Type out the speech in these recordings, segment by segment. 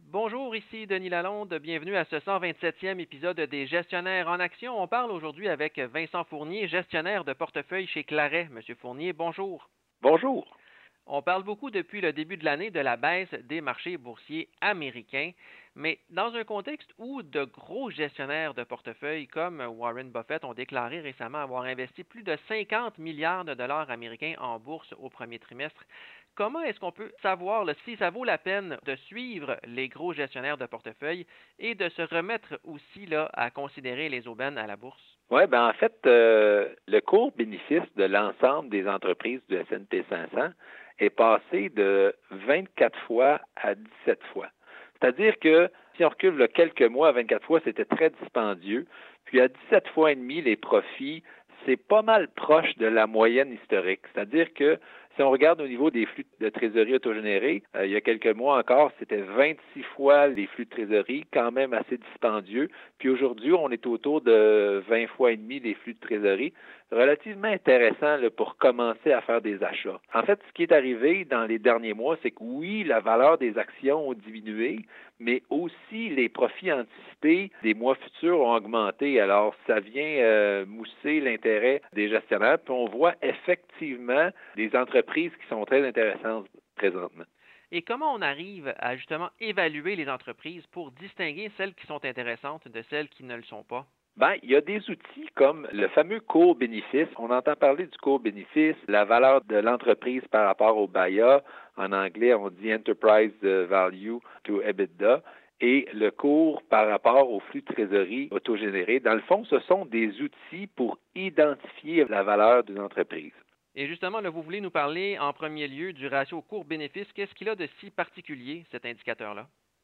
Bonjour, ici Denis Lalonde. Bienvenue à ce 127e épisode des Gestionnaires en action. On parle aujourd'hui avec Vincent Fournier, gestionnaire de portefeuille chez Claret. Monsieur Fournier, bonjour. Bonjour. On parle beaucoup depuis le début de l'année de la baisse des marchés boursiers américains, mais dans un contexte où de gros gestionnaires de portefeuille comme Warren Buffett ont déclaré récemment avoir investi plus de 50 milliards de dollars américains en bourse au premier trimestre, comment est-ce qu'on peut savoir si ça vaut la peine de suivre les gros gestionnaires de portefeuille et de se remettre aussi à considérer les aubaines à la bourse? Oui, en fait, le cours bénéfice de l'ensemble des entreprises du S&P 500 est passé de 24 fois à 17 fois. C'est-à-dire que si on recule quelques mois, à 24 fois, c'était très dispendieux. Puis à 17 fois et demi, les profits, c'est pas mal proche de la moyenne historique. C'est-à-dire que si on regarde au niveau des flux de trésorerie autogénérés, il y a quelques mois encore, c'était 26 fois les flux de trésorerie, quand même assez dispendieux. Puis aujourd'hui, on est autour de 20 fois et demi les flux de trésorerie, relativement intéressant là, pour commencer à faire des achats. En fait, ce qui est arrivé dans les derniers mois, c'est que oui, la valeur des actions ont diminué, mais aussi les profits anticipés des mois futurs ont augmenté. Alors, ça vient mousser l'intérêt des gestionnaires. Puis on voit effectivement des entreprises qui sont très intéressantes présentement. Et comment on arrive à justement évaluer les entreprises pour distinguer celles qui sont intéressantes de celles qui ne le sont pas? Il y a des outils comme le fameux cours bénéfice. On entend parler du cours bénéfice, la valeur de l'entreprise par rapport au BAYA. En anglais, on dit Enterprise Value to EBITDA. Et le cours par rapport au flux de trésorerie autogénéré. Dans le fond, ce sont des outils pour identifier la valeur d'une entreprise. Et justement, là, vous voulez nous parler en premier lieu du ratio cours-bénéfice. Qu'est-ce qu'il a de si particulier, cet indicateur-là?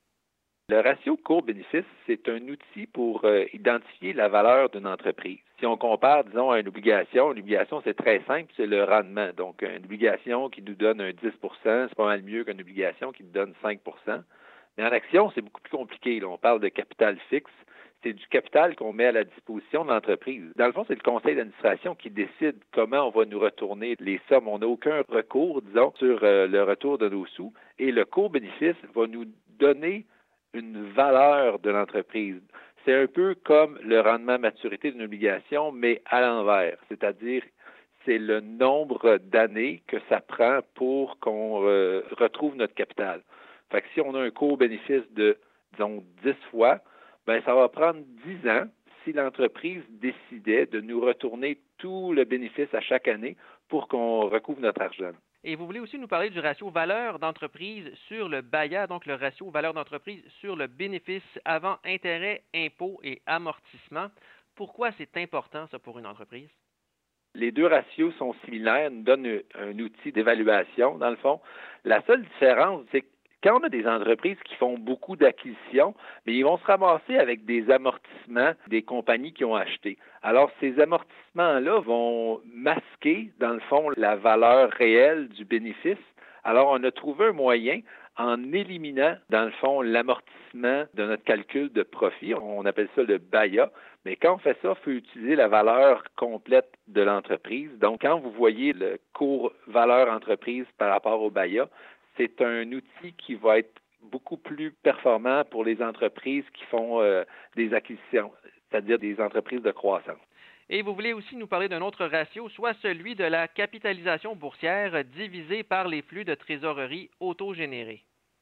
Le ratio cours-bénéfice, c'est un outil pour identifier la valeur d'une entreprise. Si on compare, disons, à une obligation, c'est très simple, c'est le rendement. Donc, une obligation qui nous donne un 10 c'est pas mal mieux qu'une obligation qui nous donne 5 Mais en action, c'est beaucoup plus compliqué. Là. On parle de capital fixe. C'est du capital qu'on met à la disposition de l'entreprise. Dans le fond, c'est le conseil d'administration qui décide comment on va nous retourner les sommes. On n'a aucun recours, disons, sur le retour de nos sous. Et le cours-bénéfice va nous donner une valeur de l'entreprise. C'est un peu comme le rendement maturité d'une obligation, mais à l'envers, c'est-à-dire c'est le nombre d'années que ça prend pour qu'on retrouve notre capital. Fait que si on a un court-bénéfice de, disons, 10 fois, ça va prendre 10 ans si l'entreprise décidait de nous retourner tout le bénéfice à chaque année pour qu'on recouvre notre argent. Et vous voulez aussi nous parler du ratio valeur d'entreprise sur le BAYA, donc le ratio valeur d'entreprise sur le bénéfice avant intérêt, impôts et amortissement. Pourquoi c'est important, ça, pour une entreprise? Les deux ratios sont similaires, nous donnent un outil d'évaluation, dans le fond. La seule différence, c'est que quand on a des entreprises qui font beaucoup d'acquisitions, mais ils vont se ramasser avec des amortissements des compagnies qui ont acheté. Alors, ces amortissements-là vont masquer, dans le fond, la valeur réelle du bénéfice. Alors, on a trouvé un moyen en éliminant, dans le fond, l'amortissement de notre calcul de profit. On appelle ça le BAYA. Mais quand on fait ça, il faut utiliser la valeur complète de l'entreprise. Donc, quand vous voyez le cours valeur entreprise par rapport au BAYA, c'est un outil qui va être beaucoup plus performant pour les entreprises qui font des acquisitions, c'est-à-dire des entreprises de croissance. Et vous voulez aussi nous parler d'un autre ratio, soit celui de la capitalisation boursière divisée par les flux de trésorerie autogénérés.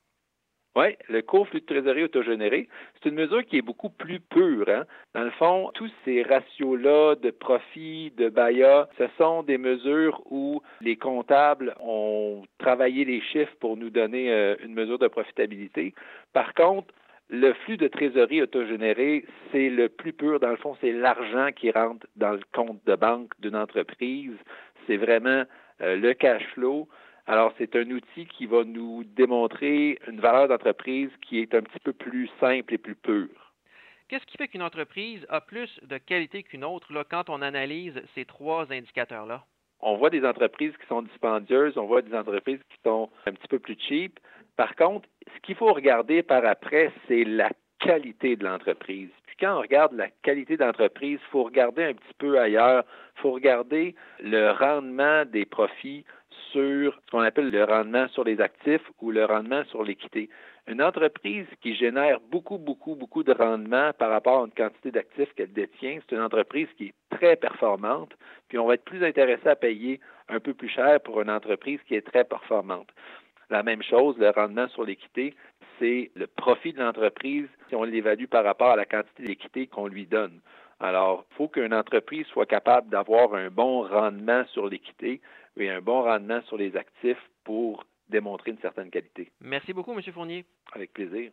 Oui, le cours flux de trésorerie autogénéré, c'est une mesure qui est beaucoup plus pure. Hein? Dans le fond, tous ces ratios-là de profit, de BAYA, ce sont des mesures où les comptables ont travaillé les chiffres pour nous donner une mesure de profitabilité. Par contre, le flux de trésorerie autogénéré, c'est le plus pur. Dans le fond, c'est l'argent qui rentre dans le compte de banque d'une entreprise. C'est vraiment le cash flow. Alors, c'est un outil qui va nous démontrer une valeur d'entreprise qui est un petit peu plus simple et plus pure. Qu'est-ce qui fait qu'une entreprise a plus de qualité qu'une autre quand on analyse ces trois indicateurs-là? On voit des entreprises qui sont dispendieuses, on voit des entreprises qui sont un petit peu plus cheap. Par contre, ce qu'il faut regarder par après, c'est la qualité de l'entreprise. Puis quand on regarde la qualité d'entreprise, il faut regarder un petit peu ailleurs. Il faut regarder le rendement des profits sur ce qu'on appelle le rendement sur les actifs ou le rendement sur l'équité. Une entreprise qui génère beaucoup de rendement par rapport à une quantité d'actifs qu'elle détient, c'est une entreprise qui est très performante, puis on va être plus intéressé à payer un peu plus cher pour une entreprise qui est très performante. La même chose, le rendement sur l'équité, c'est le profit de l'entreprise si on l'évalue par rapport à la quantité d'équité qu'on lui donne. Alors, il faut qu'une entreprise soit capable d'avoir un bon rendement sur l'équité et un bon rendement sur les actifs pour démontrer une certaine qualité. Merci beaucoup, M. Fournier. Avec plaisir.